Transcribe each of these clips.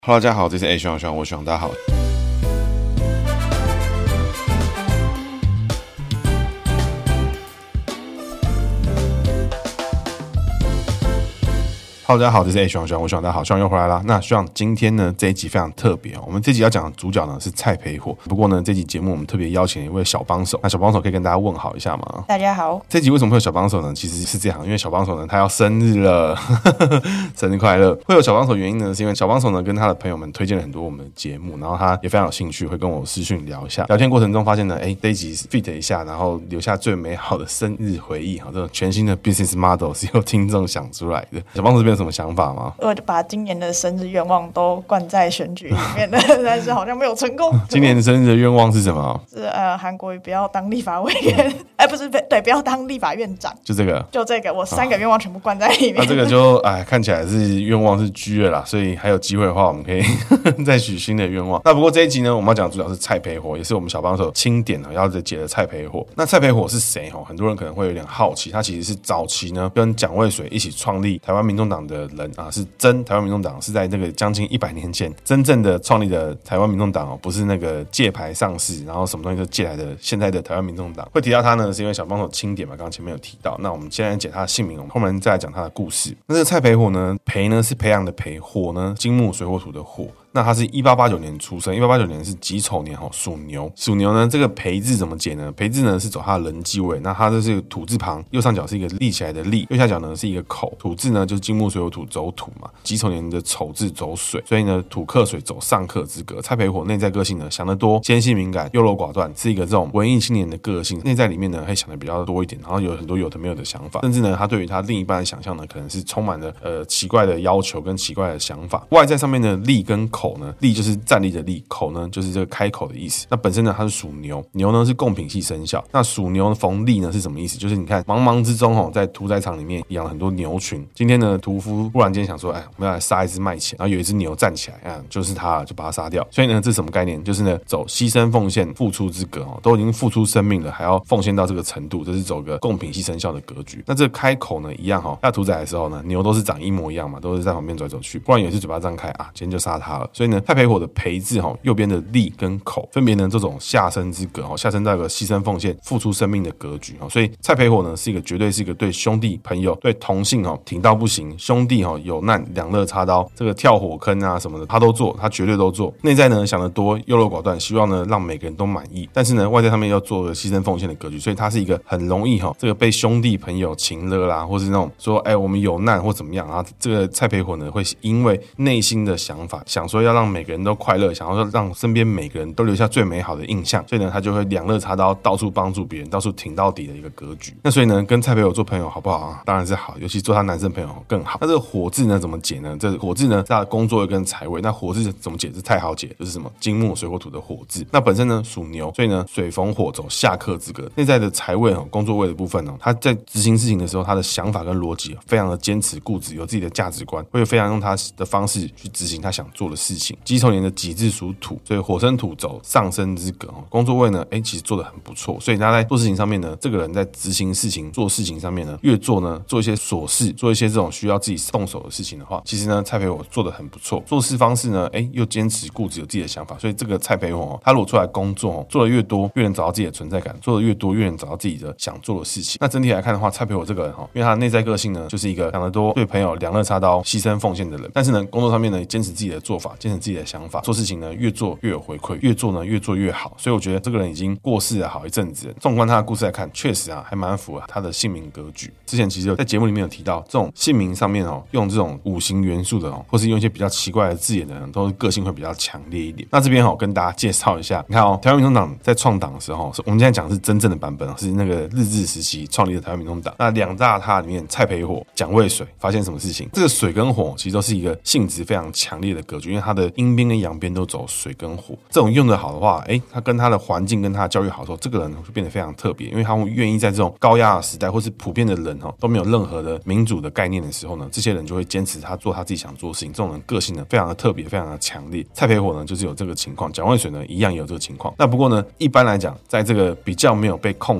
Hello， 大家好，这是徐昂，我是徐昂，大家好。Hello， 大家好，这是徐昂，我是徐昂，大家好，徐昂又回来啦。那徐昂今天呢这一集非常特别哦，我们这集要讲的主角呢是蔡培火。不过呢这集节目我们特别邀请了一位小帮手，那小帮手可以跟大家问好一下吗？ 大家好。 这集为什么会有小帮手呢？其实是这样，因为小帮手呢他要生日了，生日快乐。会有小帮手原因呢，是因为小帮手呢跟他的朋友们推荐了很多我们的节目，然后他也非常有兴趣，会跟我私讯聊一下。聊天过程中发现呢，这一集 fit 一下，然后留下最美好的生日回忆。这种全新的 business model 是由听众想出来的。小帮手这边有什么想法吗？ 我就把今年的生日愿望都灌在选举里面了，但是好像没有成功。 今年的生日的愿望是什么？ 是韩国瑜不要当立法委员，不是对，不要当立法院长。 就这个，我 3个愿望全部灌在里面。 那这个就看起来是愿望是居了啦，所以还有机会的话，我们可以再许新的愿望。那不过这一集呢，我们要讲的主角是蔡培火，也是我们小帮手钦点要解的蔡培火。那蔡培火是谁？很多人可能会有点好奇，他其实是早期呢跟蒋渭水一起创立台湾民众党的人是真台湾民众党，是在那个将近100年前真正的创立的台湾民众党不是那个借牌上市，然后什么东西都借来的现在的台湾民众党。会提到他呢，是因为小帮手钦点嘛，刚刚前面有提到。那我们现在解他的姓名，我们后面再来讲他的故事。那这个蔡培火呢，培呢是培养的培，火呢金木水火土的火。那他是1889年出生，1889年是己丑年属牛。属牛呢，这个培字怎么解呢？培字呢是走他的人际位，那他这是一个土字旁，右上角是一个立起来的立，右下角呢是一个口。土字呢就是金木水火土走土嘛，己丑年的丑字走水，所以呢土克水走上克之格。蔡培火内在个性呢想得多，纤细敏感，优柔寡断，是一个这种文艺青年的个性。内在里面呢会想的比较多一点，然后有很多有的没有的想法，甚至呢他对于他另一半的想象呢可能是充满了奇怪的要求跟奇怪的想法。外在上面的立跟口呢，立就是站立的立，口呢就是这个开口的意思。那本身呢它是属牛，牛呢是贡品系生肖。那属牛逢立呢是什么意思？就是你看茫茫之中在屠宰场里面养了很多牛群，今天呢屠夫忽然间想说我们要来杀一只卖钱，然后有一只牛站起来就是他了，就把它杀掉。所以呢这是什么概念？就是呢走牺牲奉献付出之格都已经付出生命了，还要奉献到这个程度，这是走个贡品系生肖的格局。那这个开口呢一样要屠宰的时候呢，牛都是长一模一样嘛，都是在旁边走来走去，不然有一次嘴巴张开今天就杀他了。所以呢蔡培火的培字右边的立跟口分别呢这种下生之格，下生到一个牺牲奉献付出生命的格局。所以蔡培火呢是一个绝对是一个对兄弟朋友对同性挺到不行，兄弟有难两肋插刀，这个跳火坑什么的他都做，他绝对都做。内在呢想得多，优柔寡断，希望呢让每个人都满意，但是呢外在上面要做个牺牲奉献的格局，所以他是一个很容易这个被兄弟朋友情勒啦，或是那种说我们有难或怎么样这个蔡培火呢会因为内心的想法想说要让每个人都快乐，想要说让身边每个人都留下最美好的印象，所以呢他就会两肋插刀，到处帮助别人，到处挺到底的一个格局。那所以呢跟蔡培火做朋友好不好当然是好，尤其做他男生朋友更好。那这个火字呢怎么解呢？这个火字呢是他的工作跟财位。那火字怎么解？是太好解，就是什么金木水火土的火字。那本身呢属牛，所以呢水逢火走下克之格。内在的财位工作位的部分他在执行事情的时候，他的想法跟逻辑非常的坚持固执，有自己的价值观，会非常用他的方式去执行他想做的事情。己丑年的己字属土，所以火生土走上升之格。工作位呢其实做得很不错，所以他在做事情上面呢，这个人在执行事情做事情上面呢，越做呢做一些琐事，做一些这种需要自己动手的事情的话，其实呢蔡培火做得很不错。做事方式呢又坚持固执，有自己的想法，所以这个蔡培火他如果出来工作做得越多，越能找到自己的存在感，做得越多越能找到自己的想做的事情。那整体来看的话，蔡培火这个人因为他的内在个性呢就是一个想得多，对朋友两肋插刀牺牲奉献的人，但是呢工作上面呢坚持自己的做法，坚持自己的想法，做事情呢越做越有回馈，越做呢越做越好。所以我觉得这个人已经过世了好一阵子了。纵观他的故事来看，确实还蛮符合他的姓名格局。之前其实在节目里面有提到，这种姓名上面用这种五行元素的或是用一些比较奇怪的字眼的人，都是个性会比较强烈一点。那这边跟大家介绍一下，你看台湾民众党在创党的时候，我们现在讲的是真正的版本是那个日治时期创立的台湾民众党。那两大他里面蔡培火、蒋渭水发现什么事情？这个水跟火其实都是一个性质非常强烈的格局，因为它的阴边跟阳边都走水跟火。这种用得好的话，他跟他的环境跟他的教育好的时候，这个人会变得非常特别，因为他会愿意在这种高压的时代，或是普遍的人都没有任何的民主的概念的时候呢，这些人就会坚持他做他自己想做的事情。这种人个性呢非常的特别，非常的强烈。蔡培火呢就是有这个情况，蒋渭水呢一样也有这个情况。那不过呢，一般来讲，在这个比较没有被控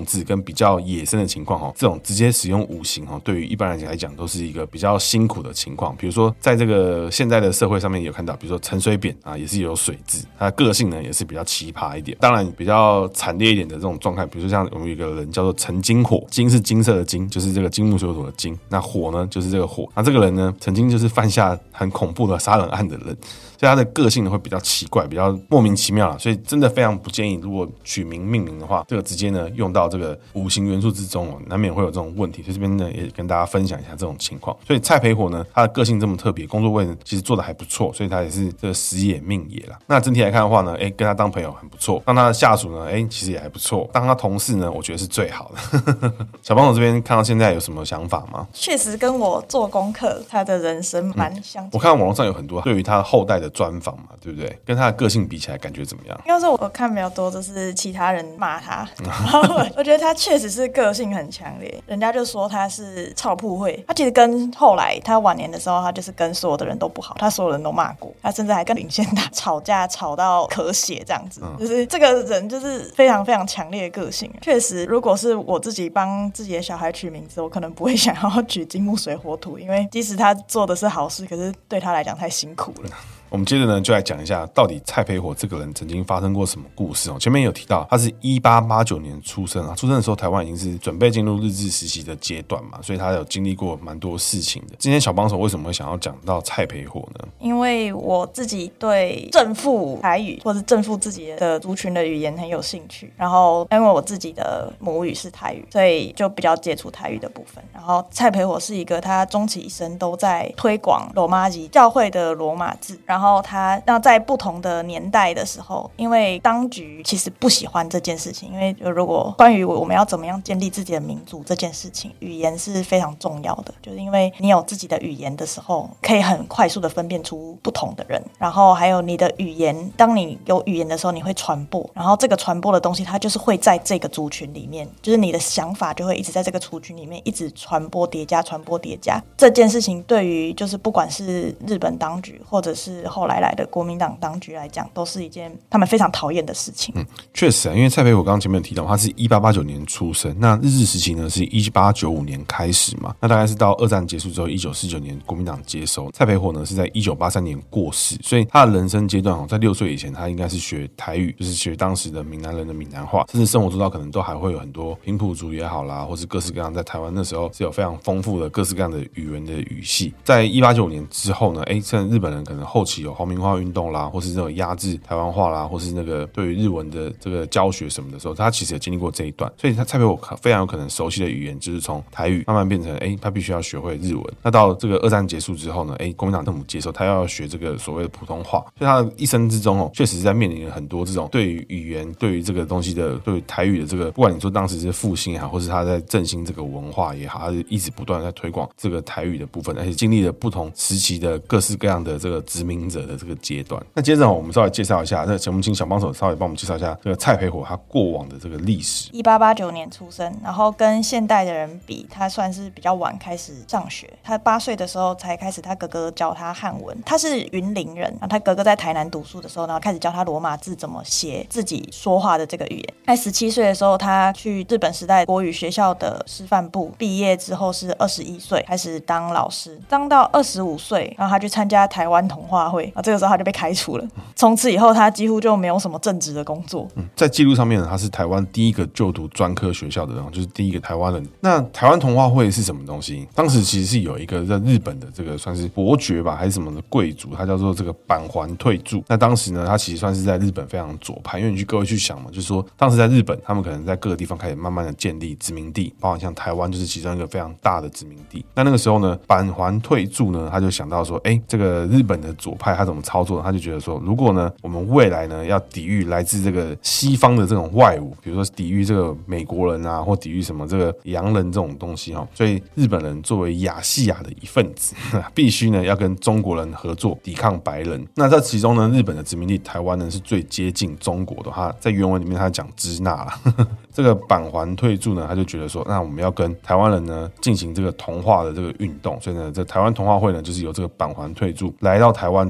控制跟比较野生的情况，这种直接使用五行对于一般人来讲都是一个比较辛苦的情况。比如说在这个现在的社会上面有看到，比如说陈水扁也是有水字，他的个性呢也是比较奇葩一点。当然比较惨烈一点的这种状态，比如说像我们有一个人叫做陈金火，金是金色的金，就是这个金木水火土的金，那火呢就是这个火。那这个人呢曾经就是犯下很恐怖的杀人案的人，所以他的个性呢会比较奇怪，比较莫名其妙啦，所以真的非常不建议，如果取名命名的话，这个直接呢用到这个五行元素之中难免会有这种问题。所以这边呢也跟大家分享一下这种情况。所以蔡培火呢，他的个性这么特别，工作位呢其实做的还不错，所以他也是这个时也命也啦。那整体来看的话呢，跟他当朋友很不错，当他的下属呢，其实也还不错，当他同事呢，我觉得是最好的。小帮手这边看到现在有什么想法吗？ 确实跟我做功课，他的人生蛮相近。 我看网络上有很多对于他后代的专访嘛，对不对？跟他的个性比起来，感觉怎么样？ 应该说我看比较多，就是其他人骂他，然后我觉得他确实是个性很强烈，人家就说他是臭扑会。他其实跟后来他晚年的时候，他就是跟所有的人都不好，他所有人都骂过，他甚至还跟领先打吵架，吵到咳血这样子。就是这个人就是非常非常强烈的个性。确实，如果是我自己帮自己的小孩取名字，我可能不会想要取金木水火土，因为即使他做的是好事，可是对他来讲太辛苦了。 我们接着呢就来讲一下，到底蔡培火这个人曾经发生过什么故事前面有提到，他是1889年出生出生的时候，台湾已经是准备进入日治时期的阶段嘛，所以他有经历过蛮多事情的。今天小帮手为什么会想要讲到蔡培火呢？ 因为我自己对正负台语或者正负自己的族群的语言很有兴趣，然后因为我自己的母语是台语，所以就比较接触台语的部分。然后蔡培火是一个他终其一生都在推广罗马字教会的罗马字，然后他在不同的年代的时候，因为当局其实不喜欢这件事情，因为如果关于我们要怎么样建立自己的民族这件事情，语言是非常重要的，就是因为你有自己的语言的时候，可以很快速的分辨出不同的人，然后还有你的语言，当你有语言的时候，你会传播，然后这个传播的东西它就是会在这个族群里面，就是你的想法就会一直在这个族群里面一直传播叠加传播叠加。这件事情对于就是不管是日本当局或者是后来的国民党当局来讲，都是一件他们非常讨厌的事情。 确实因为蔡培火刚刚前面有提到，他是1889年出生，那日治时期呢是1895年开始嘛，那大概是到二战结束之后1949年国民党接收。蔡培火呢是在1983年过世，所以他的人生阶段在6岁以前，他应该是学台语，就是学当时的闽南人的闽南话，甚至生活周遭可能都还会有很多平埔族也好啦，或是各式各样，在台湾那时候是有非常丰富的各式各样的语言的语系。在1895年之后呢，甚至日本人可能后期有皇民化运动啦，或是这种压制台湾话啦，或是那个对于日文的这个教学什么的时候，他其实也经历过这一段，所以他蔡培火非常有可能熟悉的语言就是从台语慢慢变成他必须要学会日文。那到这个二战结束之后呢，国民党政府接受他要学这个所谓的普通话，所以他的一生之中确实是在面临了很多这种对于语言、对于这个东西的、对于台语的这个，不管你说当时是复兴也好，或是他在振兴这个文化也好，他是一直不断在推广这个台语的部分，而且经历了不同时期的各式各样的这个殖民者的这个阶段。那接着我们稍微介绍一下，我们请小帮手稍微帮我们介绍一下这个蔡培火他过往的这个历史。 1889年出生，然后跟现代的人比，他算是比较晚开始上学。他8岁的时候才开始，他哥哥教他汉文。他是云林人，然后他哥哥在台南读书的时候，然后开始教他罗马字怎么写自己说话的这个语言。在17岁的时候，他去日本时代国语学校的师范部毕业之后是21岁开始当老师，当到25岁，然后他去参加台湾童话会，这个时候他就被开除了。从此以后，他几乎就没有什么正职的工作。 在记录上面呢，他是台湾第一个就读专科学校的人，就是第一个台湾人。那台湾童话会是什么东西？当时其实是有一个在日本的这个算是伯爵吧，还是什么的贵族，他叫做这个板垣退助。那当时呢，他其实算是在日本非常左派，因为各位去想嘛，就是说当时在日本，他们可能在各个地方开始慢慢的建立殖民地，包含像台湾就是其中一个非常大的殖民地。那个时候呢，板垣退助呢，他就想到说，这个日本的左派他怎么操作？他就觉得说，如果呢我们未来呢要抵御来自这个西方的这种外侮，比如说抵御这个美国人啊，或抵御什么这个洋人这种东西所以日本人作为亚细亚的一份子，必须呢要跟中国人合作抵抗白人。那在其中呢，日本的殖民地台湾呢是最接近中国的。他在原文里面他讲支那啦这个板垣退助呢，他就觉得说，那我们要跟台湾人呢进行这个同化的这个运动，所以呢，这台湾同化会呢，就是由这个板垣退助来到台湾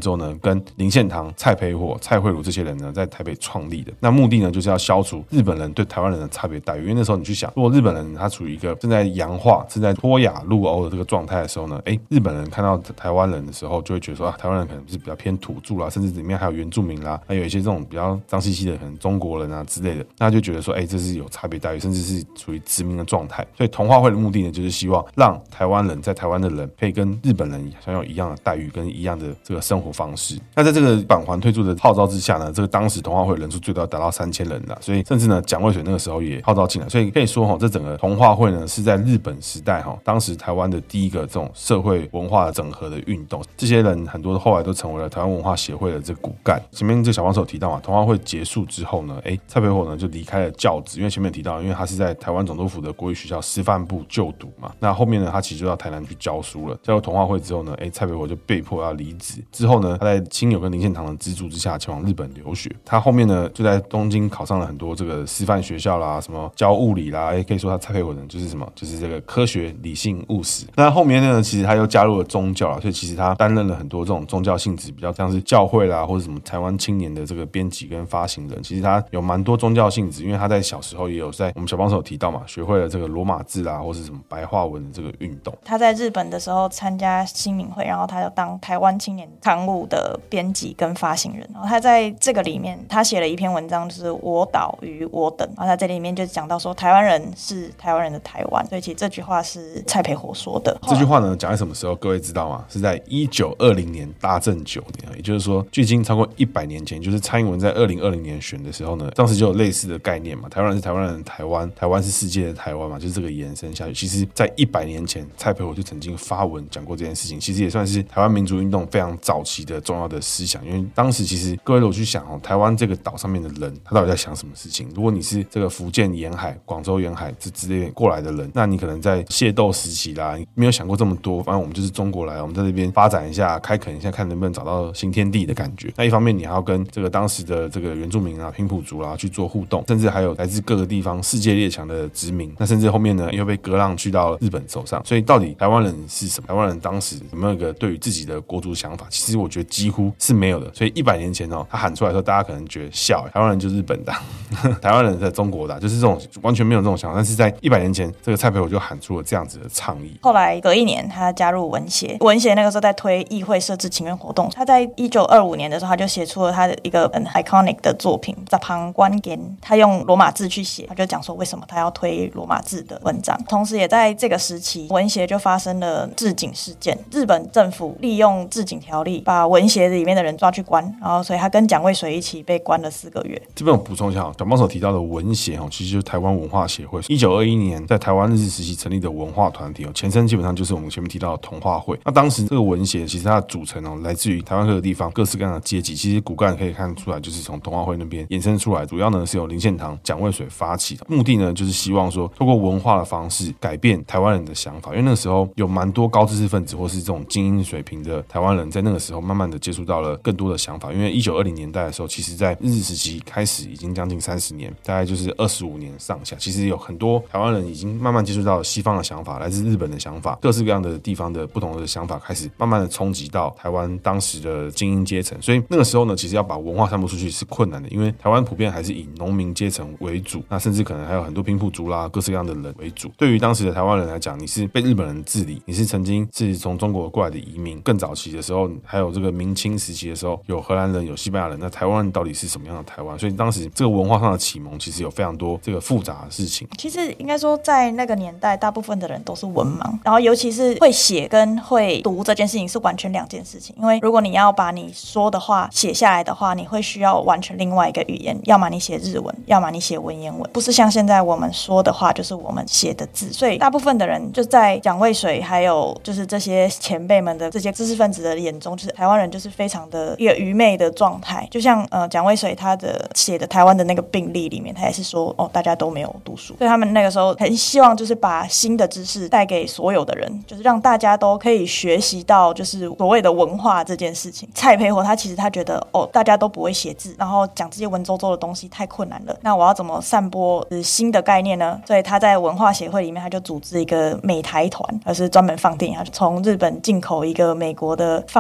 之后呢，跟林献堂、蔡培火、蔡惠如这些人呢在台北创立的。那目的呢就是要消除日本人对台湾人的差别待遇，因为那时候你去想，如果日本人他处于一个正在洋化、正在脱亚入欧的这个状态的时候呢，日本人看到台湾人的时候就会觉得说台湾人可能是比较偏土著啦，甚至里面还有原住民啦，还有一些这种比较脏兮兮的可能中国人啊之类的，那他就觉得说这是有差别待遇，甚至是处于殖民的状态。所以同化会的目的呢，就是希望让台湾人在台湾的人可以跟日本人享有一样的待遇跟一样的这个生活方式。那在这个绑环退出的号召之下呢，这个当时同化会人数最多达到3000人了，所以甚至呢蒋渭水那个时候也号召进来，所以可以说这整个同化会呢是在日本时代当时台湾的第一个这种社会文化整合的运动。这些人很多后来都成为了台湾文化协会的这骨干。前面这小帮手提到嘛，同化会结束之后呢，蔡培火呢就离开了教职，因为前面提到，因为他是在台湾总督府的国语学校师范部就读嘛，那后面呢他其实就到台南去教书了。加入同化会之后呢，蔡培火就被迫要离职。之后呢，他在亲友跟林献堂的资助之下前往日本留学。他后面呢就在东京考上了很多这个师范学校啦，什么教物理啦，可以说他蔡培火人就是什么，就是这个科学、理性、务实。那后面呢，其实他又加入了宗教啦，所以其实他担任了很多这种宗教性质比较像是教会啦，或者什么台湾青年的这个编辑跟发行人。其实他有蛮多宗教性质，因为他在小时候也有在我们小帮手有提到嘛，学会了这个罗马字啦，或是什么白话文的这个运动。 他在日本的时候参加新民会，然后他就当台湾青年刊物的编辑跟发行人。然后他在这个里面，他写了一篇文章，就是我岛与我等。然后他在这里面就讲到说，台湾人是台湾人的台湾。所以其实这句话是蔡培火说的。 这句话呢讲在什么时候？各位知道吗？是在1920年大正9年，也就是说距今超过100年前，就是蔡英文在2020年选的时候呢，当时就有类似的概念嘛，台湾人是台湾人的台湾，台湾是世界的台湾嘛，就是这个延伸下去。其实在100年前，蔡培火就曾经发文讲过这件事情，其实也算是台湾民主运动非常早期的重要的思想。因为当时其实各位如果去想台湾这个岛上面的人，他到底在想什么事情？如果你是这个福建沿海、广州沿海之类过来的人，那你可能在械斗时期啦，没有想过这么多，反正我们就是中国来，我们在这边发展一下，开垦一下，看能不能找到新天地的感觉。那一方面你还要跟这个当时的这个原住民啊、平埔族啦去做互动，甚至还有来自各个地方世界列强的殖民。那甚至后面呢又被割让去到日本手上。所以到底台湾人是什么？台湾人当时有没有一个对于自己的国族想法？其实我觉得几乎是没有的。所以100年前他喊出来的时候，大家可能觉得笑，台湾人就是日本的，台湾人在中国的，就是这种完全没有这种想法。但是在100年前，这个蔡培火就喊出了这样子的倡议。 后来隔一年，他加入文协，文协那个时候在推议会设置请愿活动。他在1925年的时候，他就写出了他的一个很 iconic 的作品《在旁观言》，他用罗马字去写，他就讲说为什么他要推罗马字的文章。同时也在这个时期，文协就发生了治警事件，日本政府利用治警条例把文协里面的人抓去关，然后所以他跟蒋渭水一起被关了4个月。 这边我补充一下，小帮手提到的文协其实就是台湾文化协会，1921年在台湾日治时期成立的文化团体，前身基本上就是我们前面提到的同化会。那当时这个文协其实它的组成来自于台湾各个地方各式各样的阶级，其实骨干可以看出来就是从同化会那边衍生出来，主要呢是由林献堂、蒋渭水发起的，目的呢就是希望说透过文化的方式改变台湾人的想法。因为那个时候有蛮多高知识分子或是这种精英水平的台湾人，在那个时候慢慢的接触到了更多的想法。因为1920年代的时候，其实在日治时期开始已经将近30年，大概就是25年上下，其实有很多台湾人已经慢慢接触到西方的想法，来自日本的想法，各式各样的地方的不同的想法开始慢慢的冲击到台湾当时的精英阶层。所以那个时候呢，其实要把文化散布出去是困难的，因为台湾普遍还是以农民阶层为主，那甚至可能还有很多平埔族啦，各式各样的人为主。对于当时的台湾人来讲，你是被日本人治理，你是曾经是从中国过来的移民，更早期的时候还有这个明清时期的时候有荷兰人有西班牙人，那台湾人到底是什么样的台湾？所以当时这个文化上的启蒙其实有非常多这个复杂的事情。 其实应该说在那个年代大部分的人都是文盲，然后尤其是会写跟会读这件事情是完全2件事情。因为如果你要把你说的话写下来的话，你会需要完全另外一个语言，要么你写日文，要么你写文言文，不是像现在我们说的话就是我们写的字。所以大部分的人就在蒋渭水还有就是这些前辈们的这些知识分子的眼中，就是台湾人就是非常的一个愚昧的状态。就像蒋渭水他的写的台湾的那个病历里面，他也是说大家都没有读书，所以他们那个时候很希望就是把新的知识带给所有的人，就是让大家都可以学习到就是所谓的文化这件事情。蔡培火他其实他觉得大家都不会写字，然后讲这些文绉绉的东西太困难了，那我要怎么散播新的概念呢？所以他在文化协会里面他就组织一个美台团，就是专门放电影，他就从日本进口一个美国的放映机，然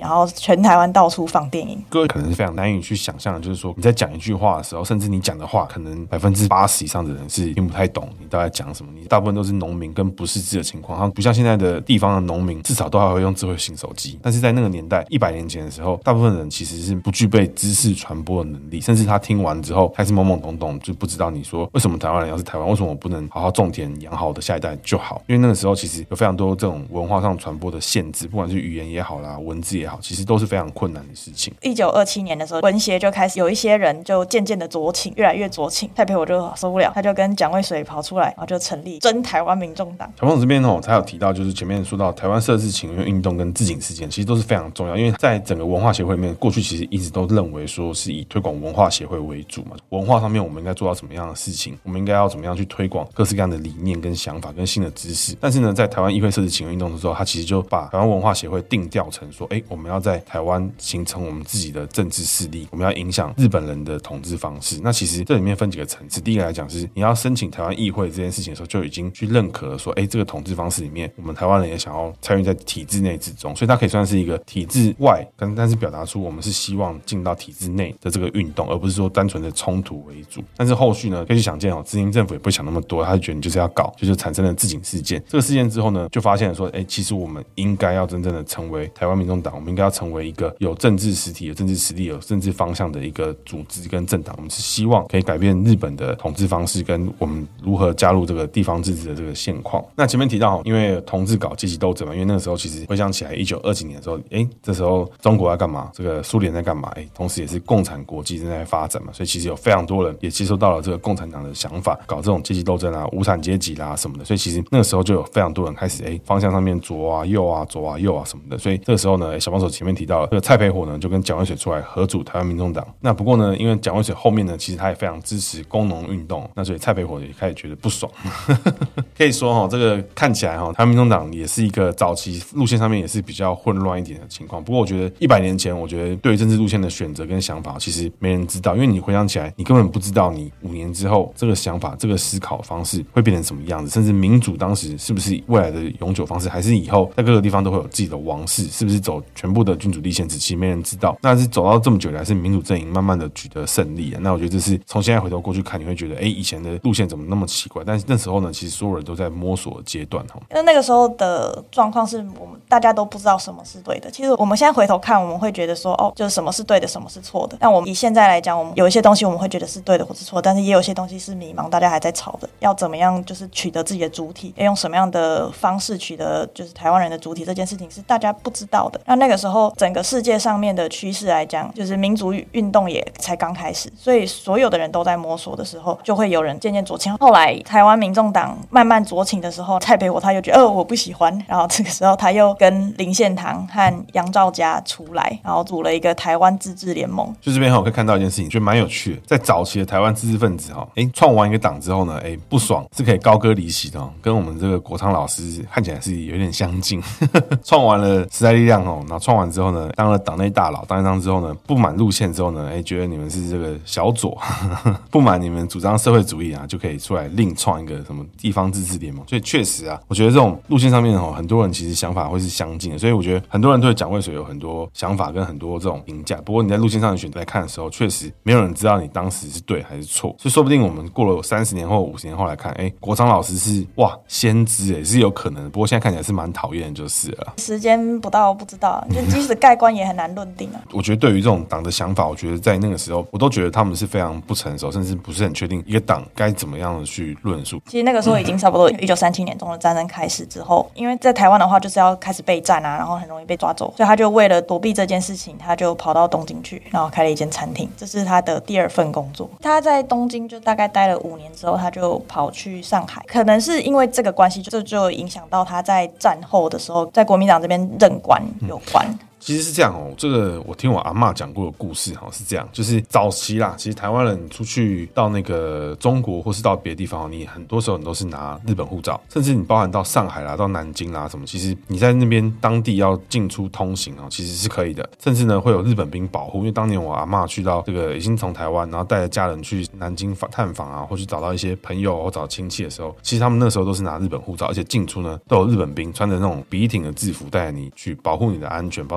然后全台湾到处放电影。 各位可能是非常难以去想象的，就是说你在讲一句话的时候，甚至你讲的话可能80%以上的人是听不太懂你大概讲什么，你大部分都是农民跟不识字的情况，它不像现在的地方的农民至少都还会用智慧型手机，但是在那个年代100年前的时候，大部分人其实是不具备知识传播的能力，甚至他听完之后还是懵懵懂懂，就不知道你说为什么台湾人要是台湾，为什么我不能好好种田养好我的下一代就好。因为那个时候其实有非常多这种文化上传播的限制，不管是语言也好啦，文字也好，其实都是非常困难的事情。 1927年的时候，文协就开始有一些人就渐渐的左倾，越来越左倾。蔡培火就受不了，他就跟蒋渭水跑出来，然后就成立真台湾民众党。 小胖这边才有提到，就是前面说到台湾设置请愿运动跟自警事件，其实都是非常重要，因为在整个文化协会里面，过去其实一直都认为说是以推广文化协会为主嘛，文化上面我们应该做到什么样的事情，我们应该要怎么样去推广各式各样的理念跟想法跟新的知识。但是呢，在台湾议会设置请愿运动的时候，他其实就把台湾文化协会定调成说，我们要在台湾形成我们自己的政治势力，我们要影响日本人的统治方式。那其实这里面分几个层次，第一个来讲是你要申请台湾议会这件事情的时候，就已经去认可了说，这个统治方式里面，我们台湾人也想要参与在体制内之中，所以它可以算是一个体制外，但是表达出我们是希望进到体制内的这个运动，而不是说单纯的冲突为主。但是后续呢，可以去想见执行政府也不会想那么多，他就觉得你就是要搞，就是产生了自警事件。这个事件之后呢，就发现了说，其实我们应该要真正的成为台湾民众党，我们应该要成为一个有政治实体、有政治实力、有政治方向的一个组织跟政党。我们是希望可以改变日本的统治方式，跟我们如何加入这个地方自治的这个现况。那前面提到，因为同志搞阶级斗争嘛，因为那个时候其实回想起来，1920几年的时候，这时候中国在干嘛？这个苏联在干嘛？同时也是共产国际正在发展嘛，所以其实有非常多人也接受到了这个共产党的想法，搞这种阶级斗争啊、无产阶级啦什么的。所以其实那个时候就有非常多人开始方向上面左啊右啊左啊右啊什么的。所以这个时候呢，小帮手前面提到了这个蔡培火呢，就跟蒋渭水出来合组台湾民众党。那不过呢，因为蒋渭水后面呢，其实他也非常支持工农运动，那所以蔡培火也开始觉得不爽。可以说这个看起来台湾民众党也是一个早期路线上面也是比较混乱一点的情况。不过我觉得100年前，我觉得对于政治路线的选择跟想法，其实没人知道，因为你回想起来，你根本不知道你5年之后这个想法、这个思考方式会变成什么样子，甚至民主当时是不是未来的永久方式，还是以后在各个地方都会有自己的王室，是不是走全部的君主立宪制，其实没人知道。那是走到这么久来，是民主阵营慢慢的取得胜利那我觉得这是从现在回头过去看，你会觉得以前的路线怎么那么奇怪？但是那时候呢，其实所有人都在摸索的阶段因为那个时候的状况是我们大家都不知道什么是对的。其实我们现在回头看，我们会觉得说就是什么是对的，什么是错的。但我们以现在来讲，我们有一些东西我们会觉得是对的或是错的，但是也有些东西是迷茫，大家还在吵的。要怎么样就是取得自己的主体，要用什么样的方式取得就是台湾人的主体，这件事情是大家不知道的。那个时候整个世界上面的趋势来讲，就是民族运动也才刚开始，所以所有的人都在摸索的时候，就会有人渐渐左倾。后来台湾民众党慢慢左倾的时候，蔡培火他又觉得我不喜欢，然后这个时候他又跟林献堂和杨肇嘉出来，然后组了一个台湾自治联盟。 就这边我可以看到一件事情，觉得蛮有趣的，在早期的台湾知识分子创完一个党之后呢，不爽是可以高歌离席的跟我们这个国昌老师看起来是有点相近。创完了时代力量然后创完之后呢，当了党内大佬，当一当之后呢，不满路线之后呢，觉得你们是这个小左，不满你们主张社会主义就可以出来另创一个什么地方自治联盟。所以确实我觉得这种路线上面很多人其实想法会是相近的，所以我觉得很多人对蒋渭水有很多想法跟很多这种评价。不过你在路线上的选择来看的时候，确实没有人知道你当时是对还是错，所以说不定我们过了30年后、50年后来看，国昌老师是先知是有可能的。不过现在看起来是蛮讨厌的，就是了。 时间不到不知道，就即使盖棺也很难论定我觉得对于这种党的想法，我觉得在那个时候，我都觉得他们是非常不成熟，甚至不是很确定一个党该怎么样的去论述。 其实那个时候已经差不多1937年中日战争开始之后，因为在台湾的话就是要开始备战然后很容易被抓走，所以他就为了躲避这件事情，他就跑到东京去，然后开了一间餐厅，这是他的第2份工作。他在东京就大概待了5年之后，他就跑去上海，可能是因为这个关系，这就影响到他在战后的时候在国民党这边任官有关。 其实是这样这个我听我阿嬷讲过的故事是这样，就是早期啦，其实台湾人出去到那个中国或是到别的地方你很多时候你都是拿日本护照，甚至你包含到上海啦、到南京啦什么，其实你在那边当地要进出通行其实是可以的，甚至呢会有日本兵保护。因为当年我阿嬷去到这个已经从台湾，然后带着家人去南京探访或去找到一些朋友或找亲戚的时候，其实他们那时候都是拿日本护照，而且进出呢都有日本兵穿着那种笔挺的制服带着你去保护你的安全，包括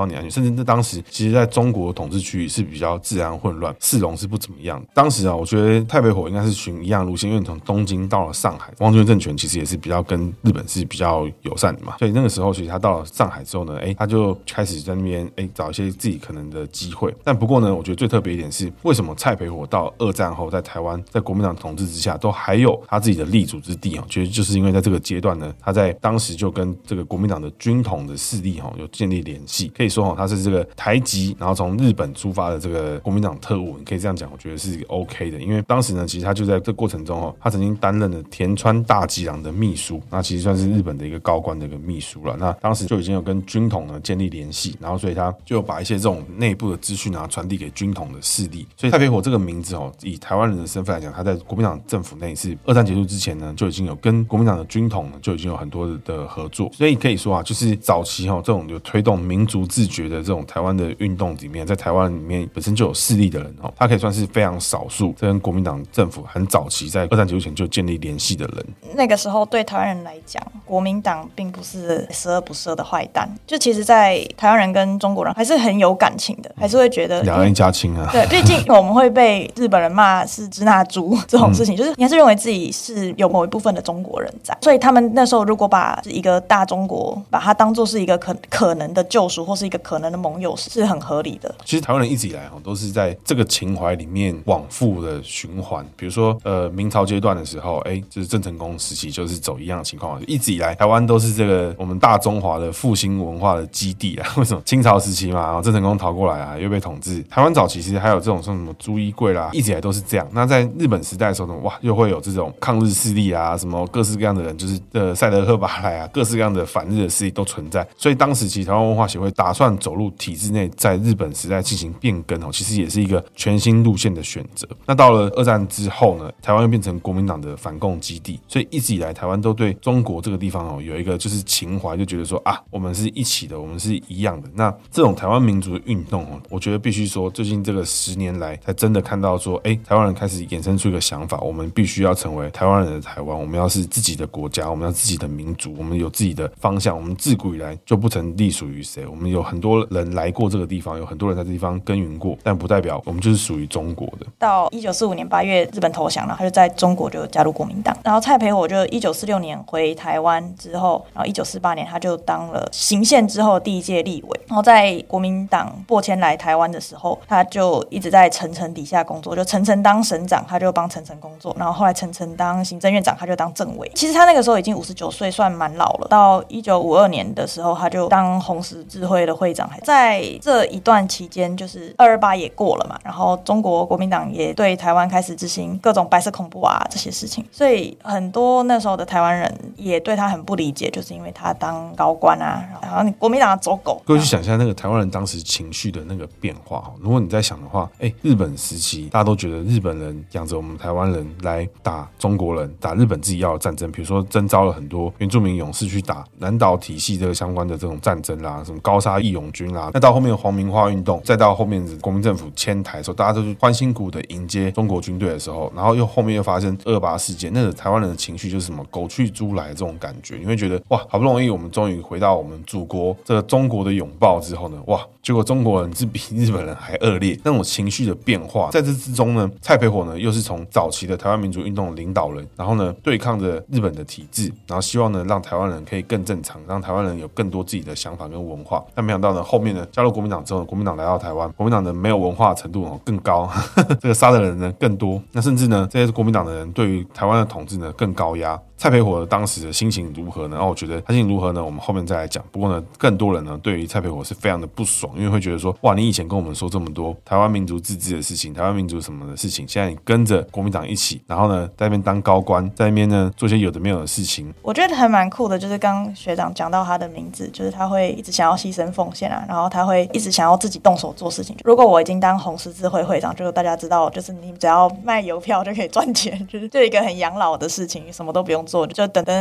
年安全，甚至在当时其实在中国统治区域是比较治安混乱，市容是不怎么样的。当时啊，我觉得太北火应该是循一样路线，因为从东京到了上海，汪精卫政权其实也是比较跟日本是比较友善的嘛，所以那个时候其实他到了上海之后呢，他就开始在那边找一些自己可能的机会。但不过呢，我觉得最特别一点是，为什么蔡培火到二战后在台湾在国民党统治之下都还有他自己的立足之地其实就是因为在这个阶段呢，他在当时就跟这个国民党的军统的势力有建立联系，可以说他是这个台籍，然后从日本出发的这个国民党特务，你可以这样讲，我觉得是 OK 的。因为当时呢，其实他就在这个过程中他曾经担任了田川大吉郎的秘书，那其实算是日本的一个高官的一个秘书了。那当时就已经有跟军统呢建立联系，然后所以他就有把一些这种内部的资讯传递给军统的势力。所以蔡培火这个名字以台湾人的身份来讲，他在国民党政府内是二战结束之前呢，就已经有跟国民党的军统呢就已经有很多的合作。所以可以说就是早期这种有推动民族自觉的这种台湾的运动里面，在台湾里面本身就有势力的人他可以算是非常少数在跟国民党政府很早期在二战结束前就建立联系的人。 那个时候对台湾人来讲，国民党并不是十恶不赦的坏蛋，就其实在台湾人跟中国人还是很有感情的，还是会觉得两岸一家亲啊。 对，毕竟我们会被日本人骂是支那猪这种事情，就是你还是认为自己是有某一部分的中国人在，所以他们那时候如果把一个大中国把它当作是一个可能的救赎或是一个可能的盟友，是很合理的。 其实台湾人一直以来都是在这个情怀里面往复的循环。比如说明朝阶段的时候就是郑成功时期就是走一样的情况，一直以来台湾都是这个我们大中华的复兴文化的基地啊。为什么清朝时期嘛，郑成功逃过来啊，又被统治，台湾早期其实还有这种什么朱一贵啦，一直以来都是这样。那在日本时代的时候呢，哇，又会有这种抗日势力啊，什么各式各样的人，就是赛德克巴莱啊，各式各样的反日的势力都存在。所以当时其实台湾文化协会打算走入体制内，在日本时代进行变更其实也是一个全新路线的选择。那到了二战之后呢，台湾又变成国民党的反共基地，所以一直以来台湾都对中国这个地方有一个就是情怀，就觉得说我们是一起的，我们是一样的。那这种台湾民族的运动我觉得必须说最近这个10年来才真的看到说台湾人开始衍生出一个想法，我们必须要成为台湾人的台湾，我们要是自己的国家，我们要自己的民族，我们有自己的方向，我们自古以来就不曾隶属于谁，我们有很多人来过这个地方，有很多人在这地方耕耘过，但不代表我们就是属于中国的。 到1945年8月日本投降了，他就在中国就加入国民党，然后蔡培火就1946年回台湾之后，然后1948年他就当了行宪之后第一届立委，然后在国民党拨迁来台湾的时候，他就一直在陈诚底下工作，就陈诚当省长他就帮陈诚工作，然后后来陈诚当行政院长他就当政委。其实他那个时候已经59岁，算蛮老了。到1952年的时候他就当红十字会的会长。在这一段期间就是228也过了嘛，然后中国国民党也对台湾开始执行各种白色恐怖这些事情，所以很多那时候的台湾人也对他很不理解，就是因为他当高官然后你国民党的走狗。 各位去想一下那个台湾人当时情绪的那个变化，如果你在想的话日本时期大家都觉得日本人养着我们台湾人来打中国人，打日本自己要的战争，比如说征召了很多原住民勇士去打南岛体系这个相关的这种战争啦，什么高沙义勇军啦，那到后面的皇民化运动，再到后面的国民政府迁台的时候，大家都是欢欣鼓舞的迎接中国军队的时候，然后后面又发生228事件，那个台湾人的情绪就是什么狗去猪来这种感觉，你会觉得哇，好不容易我们终于回到我们祖国这个中国的拥抱之后呢，哇，结果中国人是比日本人还恶劣，那种情绪的变化，在这之中呢，蔡培火呢又是从早期的台湾民族运动的领导人，然后呢对抗着日本的体制，然后希望呢让台湾人可以更正常，让台湾人有更多自己的想法跟文化。但没想到呢，后面呢加入国民党之后，国民党来到台湾，国民党的没有文化程度更高，这个杀的人呢更多，那甚至呢这些国民党的人对于台湾的统治呢更高压。蔡培火当时的心情如何呢？我觉得他心情如何呢？我们后面再来讲。不过呢，更多人呢对于蔡培火是非常的不爽，因为会觉得说，哇，你以前跟我们说这么多台湾民族自治的事情，台湾民族什么的事情，现在你跟着国民党一起，然后呢在那边当高官，在那边呢做些有的没有的事情。 我觉得还蛮酷的，就是刚学长讲到他的名字，就是他会一直想要牺牲奉献然后他会一直想要自己动手做事情。如果我已经当红十字会会长，就是大家知道，就是你只要卖邮票就可以赚钱，就是一个很养老的事情，什么都不用做，就等着拿钱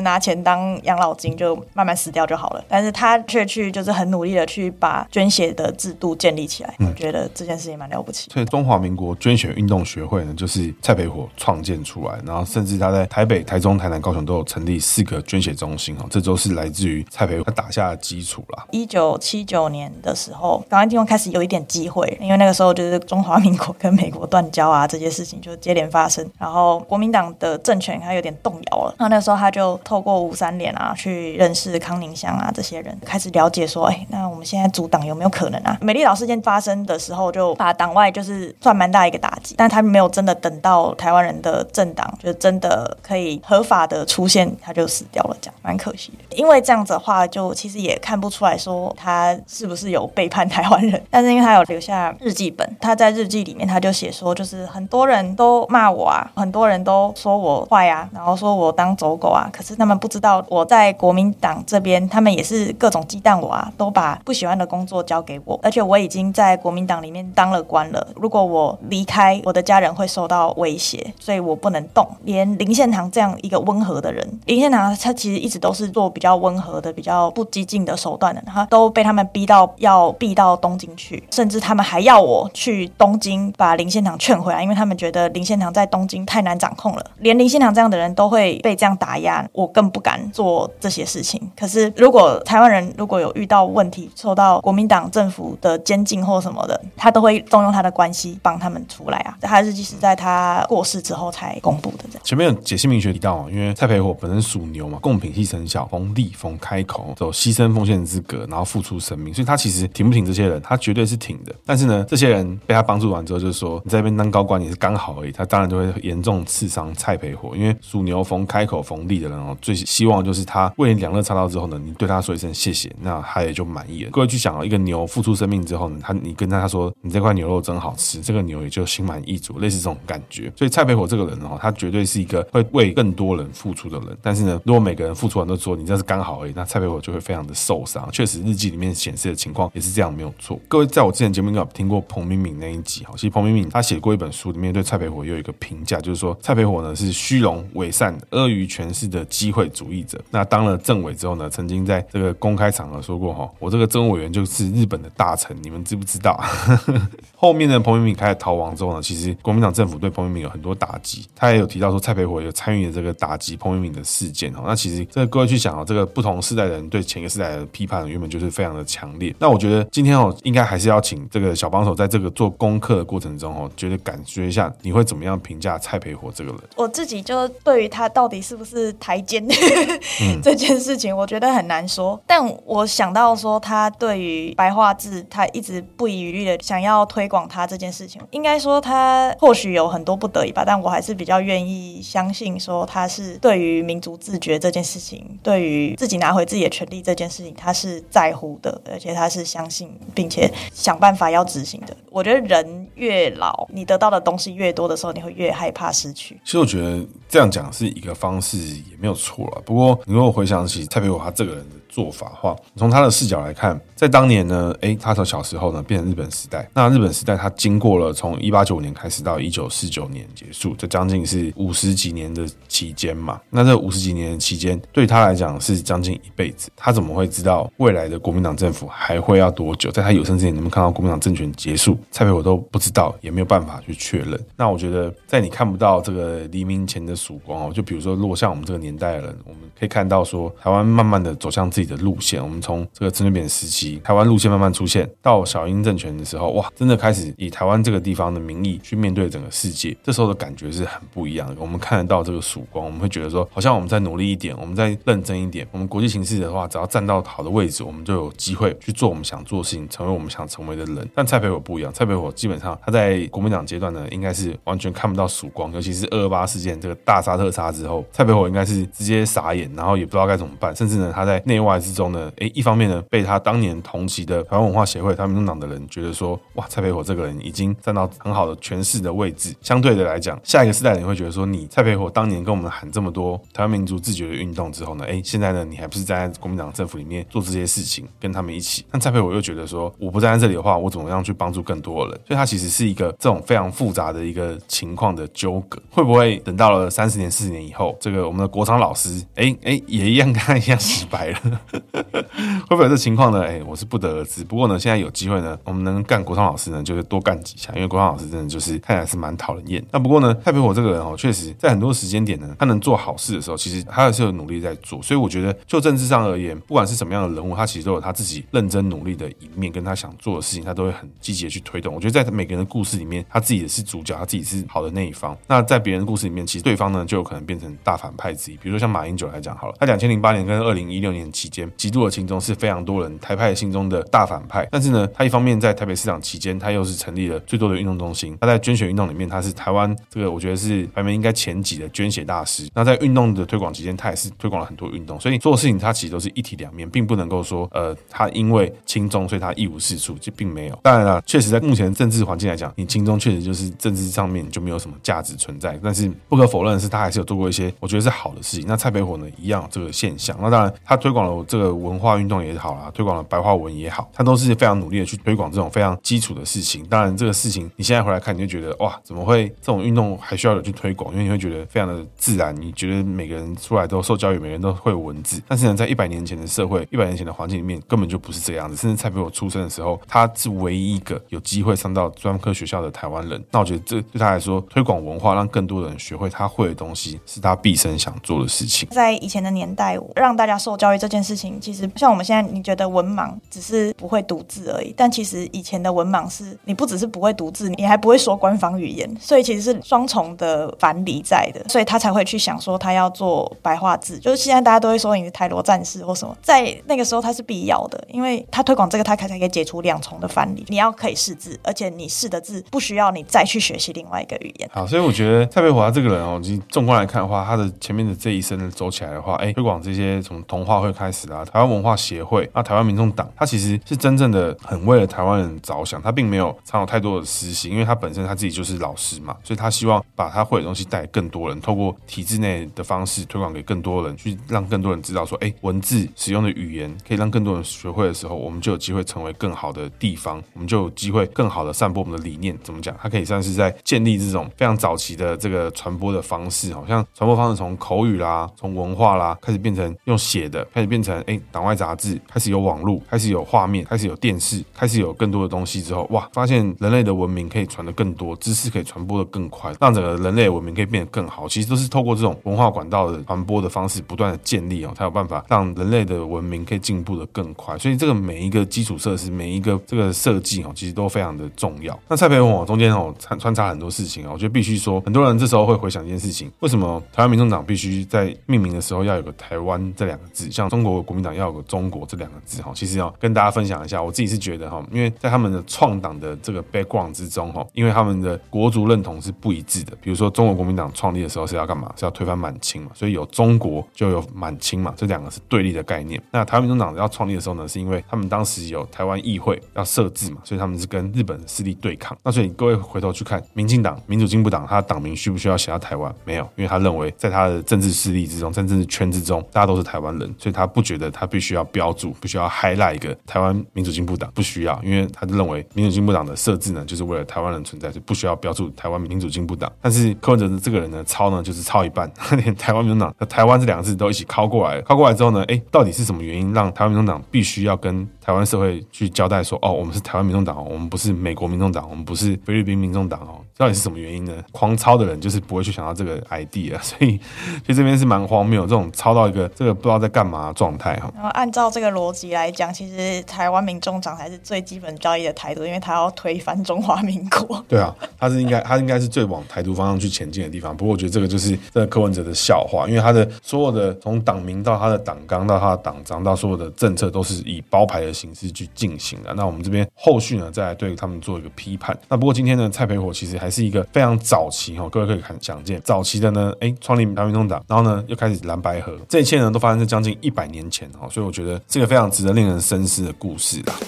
当养老金就慢慢死掉就好了。但是他却去就是很努力的去把捐血的制度建立起来，我觉得这件事情蛮了不起。 所以中华民国捐血运动学会呢，就是蔡培火创建出来，然后甚至他在台北、台中、台南、高雄都有成立4个捐血中心，这都是来自于蔡培火他打下的基础啦。 1979年的时候，港湾地方开始有一点机会，因为那个时候就是中华民国跟美国断交啊，这些事情就接连发生，然后国民党的政权它有点动摇了。那时候他就透过吴三连啊，去认识康宁祥啊这些人，开始了解说，那我们现在组党有没有可能啊？美丽岛事件发生的时候，就把党外就是算蛮大一个打击，但他没有真的等到台湾人的政党就真的可以合法的出现，他就死掉了，这样蛮可惜的。因为这样子的话，就其实也看不出来说他是不是有背叛台湾人，但是因为他有留下日记本，他在日记里面他就写说，就是很多人都骂我啊，很多人都说我坏啊，然后说我当走狗啊，可是他们不知道我在国民党这边，他们也是各种鸡蛋我啊，都把不喜欢的工作交给我，而且我已经在国民党里面当了官了，如果我离开，我的家人会受到威胁，所以我不能动。连林献堂这样一个温和的人，林献堂他其实一直都是做比较温和的、比较不激进的手段的，他都被他们逼到要避到东京去，甚至他们还要我去东京把林献堂劝回来，因为他们觉得林献堂在东京太难掌控了，连林献堂这样的人都会被这样打压，我更不敢做这些事情。可是如果台湾人如果有遇到问题，受到国民党政府的监禁或什么的，他都会动用他的关系帮他们出来啊。他的日记是在他过世之后才公布的。这样前面有解析明学提到因为蔡培火本身属牛嘛，贡品系生肖，逢立逢开口，有牺牲奉献之格，然后付出生命，所以他其实挺不挺这些人，他绝对是挺的。但是呢，这些人被他帮助完之后，就是说你在那边当高官也是刚好而已，他当然就会严重刺伤蔡培火。因为属牛逢开口逢立的人最希望就是他为你两肋插刀之后呢，你对他说一声谢谢，那他也就满意了。各位去想一个牛付出生命之后呢，你跟他说你这块牛肉真好吃，这个牛也就心满意足，类似这种感觉。所以蔡培火这个人他绝对是一个会为更多人付出的人。但是呢，如果每个人付出完都说你这是刚好而已，那蔡培火就会非常的受伤。确实日记里面显示的情况也是这样，没有错。各位在我之前节目应该有听过彭明敏那一集，其实彭明敏他写过一本书，里面对蔡培火也有一个评价，就是说蔡培火呢是虚荣伪善阿谀权势的机会主义者。那当了政委之后呢，曾经在这个公开场合说过我这个政务委员就是日本的大臣，你们知不知道？后面呢，彭明敏开始逃亡之后呢，其实国民党政府对彭明敏有很多打击，他也有提到说蔡培火有参与的这个打击彭明敏的事件。那其实这个各位去想这个不同世代的人对前一个世代的批判原本就是非常的强烈。那我觉得今天应该还是要请这个小帮手在这个做功课的过程中觉得感觉一下你会怎么样评价蔡培火这个人。 我自己就对于他到底是不是台奸这件事情我觉得很难说，但我想到说他对于白话字他一直不遗余力的想要推广他这件事情，应该说他或许有很多不得已吧，但我还是比较愿意相信说他是对于民族自觉这件事情，对于自己拿回自己的权利这件事情他是在乎的，而且他是相信并且想办法要执行的。我觉得人越老你得到的东西越多的时候，你会越害怕失去。 其实我觉得这样讲是一个方式也没有错啦，不过你如果回想起蔡培火他这个人的做法的话，从他的视角来看，在当年呢他从小时候呢变成日本时代，那日本时代他经过了从1895年开始到1949年结束，这将近是50几年的期间嘛。那这50几年的期间对他来讲是将近一辈子，他怎么会知道未来的国民党政府还会要多久？在他有生之年能不能看到国民党政权结束，蔡培火都不知道，也没有办法去确认。那我觉得在你看不到这个黎明前的曙光就比如说如果像我们这个年代的人，我们可以看到说台湾慢慢的走向自己的路线，我们从这个陈水扁时期台湾路线慢慢出现，到小英政权的时候，哇，真的开始以台湾这个地方的名义去面对整个世界，这时候的感觉是很不一样的。我们看得到这个曙光，我们会觉得说好像我们再努力一点，我们再认真一点，我们国际形势的话只要站到好的位置，我们就有机会去做我们想做的事情，成为我们想成为的人。但蔡培火不一样，蔡培火基本上他在国民党阶段呢应该是完全看不到曙光，尤其是228事件这个大杀特杀之后，蔡培火应该是直接傻眼，然后也不知道该怎么办，甚至呢他在内外外之中呢，一方面呢被他当年同期的台湾文化协会台湾民众党的人觉得说，哇，蔡培火这个人已经站到很好的权势的位置，相对的来讲，下一个世代的人会觉得说，你蔡培火当年跟我们喊这么多台湾民族自觉的运动之后呢，现在呢你还不是站在国民党政府里面做这些事情，跟他们一起。但蔡培火又觉得说，我不站在这里的话，我怎么样去帮助更多的人？所以他其实是一个这种非常复杂的一个情况的纠葛。会不会等到了30年、40年以后，这个我们的国昌老师，也一样跟他一样洗白了？会不会有这情况呢？我是不得而知。不过呢，现在有机会呢，我们能干国昌老师呢，就是多干几下，因为国昌老师真的就是看起来是蛮讨人厌。那不过呢，蔡培火这个人确实在很多时间点呢，他能做好事的时候，其实他还是有努力在做。所以我觉得，就政治上而言，不管是什么样的人物，他其实都有他自己认真努力的一面，跟他想做的事情，他都会很积极的去推动。我觉得在每个人的故事里面，他自己也是主角，他自己是好的那一方。那在别人的故事里面，其实对方呢就有可能变成大反派之一。比如说像马英九来讲好了，他2008年跟2016年期间极度的亲中是非常多人台派心中的大反派。但是呢，他一方面在台北市长期间，他又是成立了最多的运动中心。他在捐血运动里面，他是台湾这个我觉得是排名应该前几的捐血大师。那在运动的推广期间，他也是推广了很多运动。所以做事情他其实都是一体两面，并不能够说他因为亲中所以他一无是处，就并没有。当然了，确实在目前的政治环境来讲，你亲中确实就是政治上面就没有什么价值存在。但是不可否认的是，他还是有做过一些我觉得是好的事情。那蔡培火呢，一样有这个现象。那当然，他推广了这个文化运动也好啦，推广了白话文也好，他都是非常努力的去推广这种非常基础的事情。当然，这个事情你现在回来看，你就觉得哇，怎么会这种运动还需要有去推广？因为你会觉得非常的自然，你觉得每个人出来都受教育，每个人都会有文字。但是呢，在100年前的社会，100年前的环境里面，根本就不是这样子。甚至蔡培火出生的时候，他是唯一一个有机会上到专科学校的台湾人。那我觉得这对他来说，推广文化，让更多的人学会他会的东西，是他毕生想做的事情。 在以前的年代，让大家受教育这件事情，其实像我们现在，你觉得文盲只是不会读字而已，但其实以前的文盲是你不只是不会读字，你还不会说官方语言，所以其实是双重的樊篱在的，所以他才会去想说他要做白话字。就是现在大家都会说你是台罗战士或什么，在那个时候他是必要的，因为他推广这个，他才可以解除2重的樊篱。你要可以识字，而且你识的字不需要你再去学习另外一个语言。 好，所以我觉得蔡培火他这个人其实纵观来看的话，他的前面的这一生走起来的话，推广这些从童话会开始啦，台湾文化协会，台湾民众党，他其实是真正的很为了台湾人着想，他并没有藏有太多的私心，因为他本身他自己就是老师嘛，所以他希望把他会的东西带给更多人，透过体制内的方式推广给更多人，去让更多人知道说，文字使用的语言可以让更多人学会的时候，我们就有机会成为更好的地方，我们就有机会更好的散播我们的理念。怎么讲？他可以算是在建立这种非常早期的这个传播的方式，好像传播方式从口语啦，从文化啦，开始变成用写的，开始变成党外杂志，开始有网络，开始有画面，开始有电视，开始有更多的东西之后，哇，发现人类的文明可以传得更多，知识可以传播得更快，让整个人类的文明可以变得更好。其实都是透过这种文化管道的传播的方式不断的建立才有办法让人类的文明可以进步得更快。所以这个每一个基础设施，每一个这个设计其实都非常的重要。那蔡培火中间穿插很多事情我觉得必须说，很多人这时候会回想一件事情，为什么台湾民众党必须在命名的时候要有个台湾这2个字，像中国国民党要有个中国这2个字其实跟大家分享一下，我自己是觉得因为在他们的创党的这个 background 之中因为他们的国族认同是不一致的。比如说中国国民党创立的时候是要干嘛？是要推翻满清嘛，所以有中国就有满清嘛，这2个是对立的概念。那台湾民众党要创立的时候呢，是因为他们当时有台湾议会要设置嘛，所以他们是跟日本势力对抗。那所以各位回头去看民进党、民主进步党，他的党名需不需要写到台湾？没有，因为他认为在他的政治势力之中，在政治圈之中，大家都是台湾人，所以他不觉得他必须要标注，必须要 highlight 一个台湾民主进步党，不需要，因为他就认为民主进步党的设置呢，就是为了台湾人存在，所以不需要标注台湾民主进步党。但是柯文哲的这个人呢，抄呢就是抄一半，他连台湾民众党、台湾这2个字都一起拷过来了。拷过来之后呢，到底是什么原因让台湾民众党必须要跟台湾社会去交代说，我们是台湾民众党我们不是美国民众党，我们不是菲律宾民众党到底是什么原因呢？狂抄的人就是不会去想到这个 idea， 所以这边是蛮荒谬，这种抄到一个这个不知道在干嘛的状态然后按照这个逻辑来讲，其实台湾民众党才是最基本交易的台独，因为他要推翻中华民国。 对啊，他应该是最往台独方向去前进的地方。不过我觉得这个就是这个柯文哲的笑话，因为他的所有的从党名到他的党纲到他的党章到所有的政策都是以包牌的形式去进行的。那我们这边后续呢，再来对他们做一个批判。那不过今天呢，蔡培火其实还是一个非常早期各位可以想见早期的呢，创立台湾民众党，然后呢又开始蓝白合，这一切呢都发生在将近100年年前所以我觉得这个非常值得令人深思的故事啦。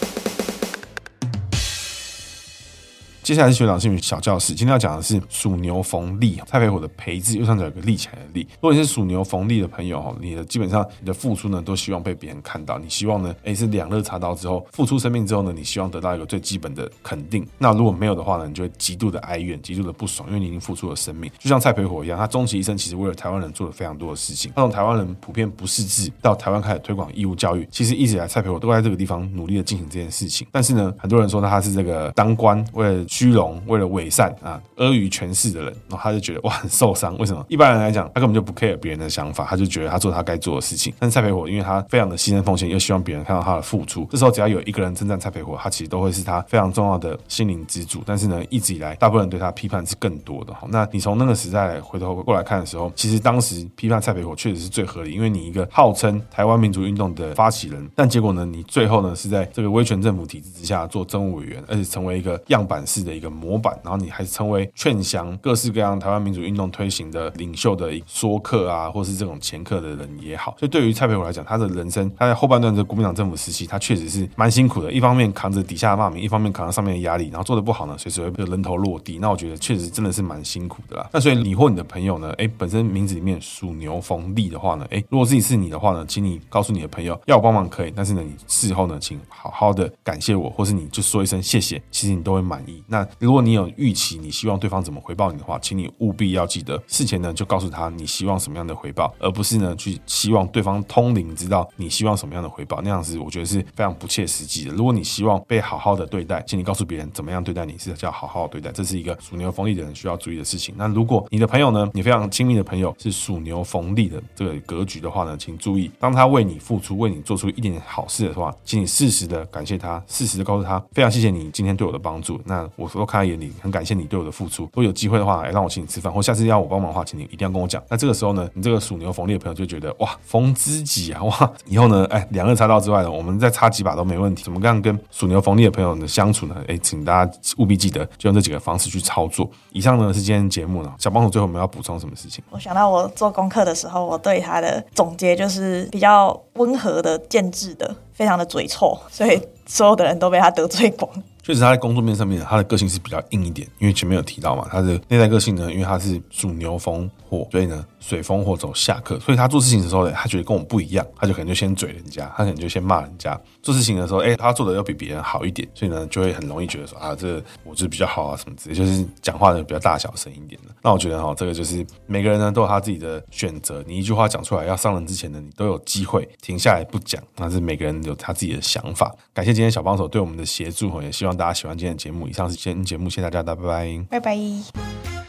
接下来是学长姓名小教室，今天要讲的是属牛逢立，蔡培火的培字右上角有个立起来的立。如果你是属牛逢立的朋友，基本上你的付出呢都希望被别人看到，你希望呢是两肋插刀之后付出生命之后呢，你希望得到一个最基本的肯定。那如果没有的话呢，你就会极度的哀怨，极度的不爽，因为你已经付出了生命。就像蔡培火一样，他终其一生其实为了台湾人做了非常多的事情。他从台湾人普遍不识字到台湾开始推广义务教育，其实一直以来蔡培火都在这个地方努力的进行这件事情。但是呢，很多人说他是这个当官为了虚荣，为了伪善阿谀权势的人，然后他就觉得哇很受伤。为什么？一般人来讲，他根本就不 care 别人的想法，他就觉得他做他该做的事情。但是蔡培火因为他非常的牺牲奉献，又希望别人看到他的付出，这时候只要有一个人称赞蔡培火，他其实都会是他非常重要的心灵支柱。但是呢，一直以来大部分人对他批判是更多的。那你从那个时代回头过来看的时候，其实当时批判蔡培火确实是最合理，因为你一个号称台湾民主运动的发起人，但结果呢，你最后呢是在这个威权政府体制之下做政务委员，而且成为一个样板式的一个模板，然后你还成为劝降各式各样台湾民主运动推行的领袖的说客或是这种前客的人也好。所以对于蔡培火来讲，他的人生他在后半段的国民党政府时期，他确实是蛮辛苦的，一方面扛着底下的骂名，一方面扛着上面的压力，然后做得不好呢，随时会被人头落地。那我觉得确实真的是蛮辛苦的啦。那所以你或你的朋友呢，本身名字里面属牛逢立的话呢，如果自己是你的话呢，请你告诉你的朋友要我帮忙可以，但是呢，你事后呢，请好好的感谢我，或是你就说一声谢谢，其实你都会满意。那如果你有预期你希望对方怎么回报你的话，请你务必要记得事前呢就告诉他你希望什么样的回报，而不是呢去希望对方通灵知道你希望什么样的回报，那样子我觉得是非常不切实际的。如果你希望被好好的对待，请你告诉别人怎么样对待你是叫好好的对待，这是一个属牛逢立的人需要注意的事情。那如果你的朋友呢，你非常亲密的朋友是属牛逢立的这个格局的话呢，请注意，当他为你付出，为你做出一点点好事的话，请你适时的感谢他，适时的告诉他非常谢谢你今天对我的帮助，那我都看在眼里，很感谢你对我的付出。如果有机会的话，让我请你吃饭，或下次要我帮忙的话，请你一定要跟我讲。那这个时候呢，你这个属牛逢立的朋友就觉得哇，逢知己啊，哇，以后呢，两肋插刀之外呢，我们再插几把都没问题。怎么样跟属牛逢立的朋友呢相处呢？请大家务必记得，就用这几个方式去操作。以上呢是今天节目呢，小帮手最后我们要补充什么事情？ 我想到我做功课的时候，我对他的总结就是比较温和的、建制的，非常的嘴臭，所以所有的人都被他得罪光。 确实他在工作面上面他的个性是比较硬一点，因为前面有提到嘛，他的内在个性呢，因为他是属牛逢火，所以呢水逢火走下克，所以他做事情的时候呢，他觉得跟我们不一样，他就可能就先嘴人家，他可能就先骂人家。做事情的时候他做的要比别人好一点，所以呢就会很容易觉得说这我就是比较好什么之类，就是讲话的比较大小声一点的。那我觉得这个就是每个人呢都有他自己的选择，你一句话讲出来要伤人之前呢，你都有机会停下来不讲，那是每个人有他自己的想法。感谢今天小帮手对我们的协助，也希望大家喜欢今天的节目。以上是今天节目，谢谢大家，拜拜， 拜拜。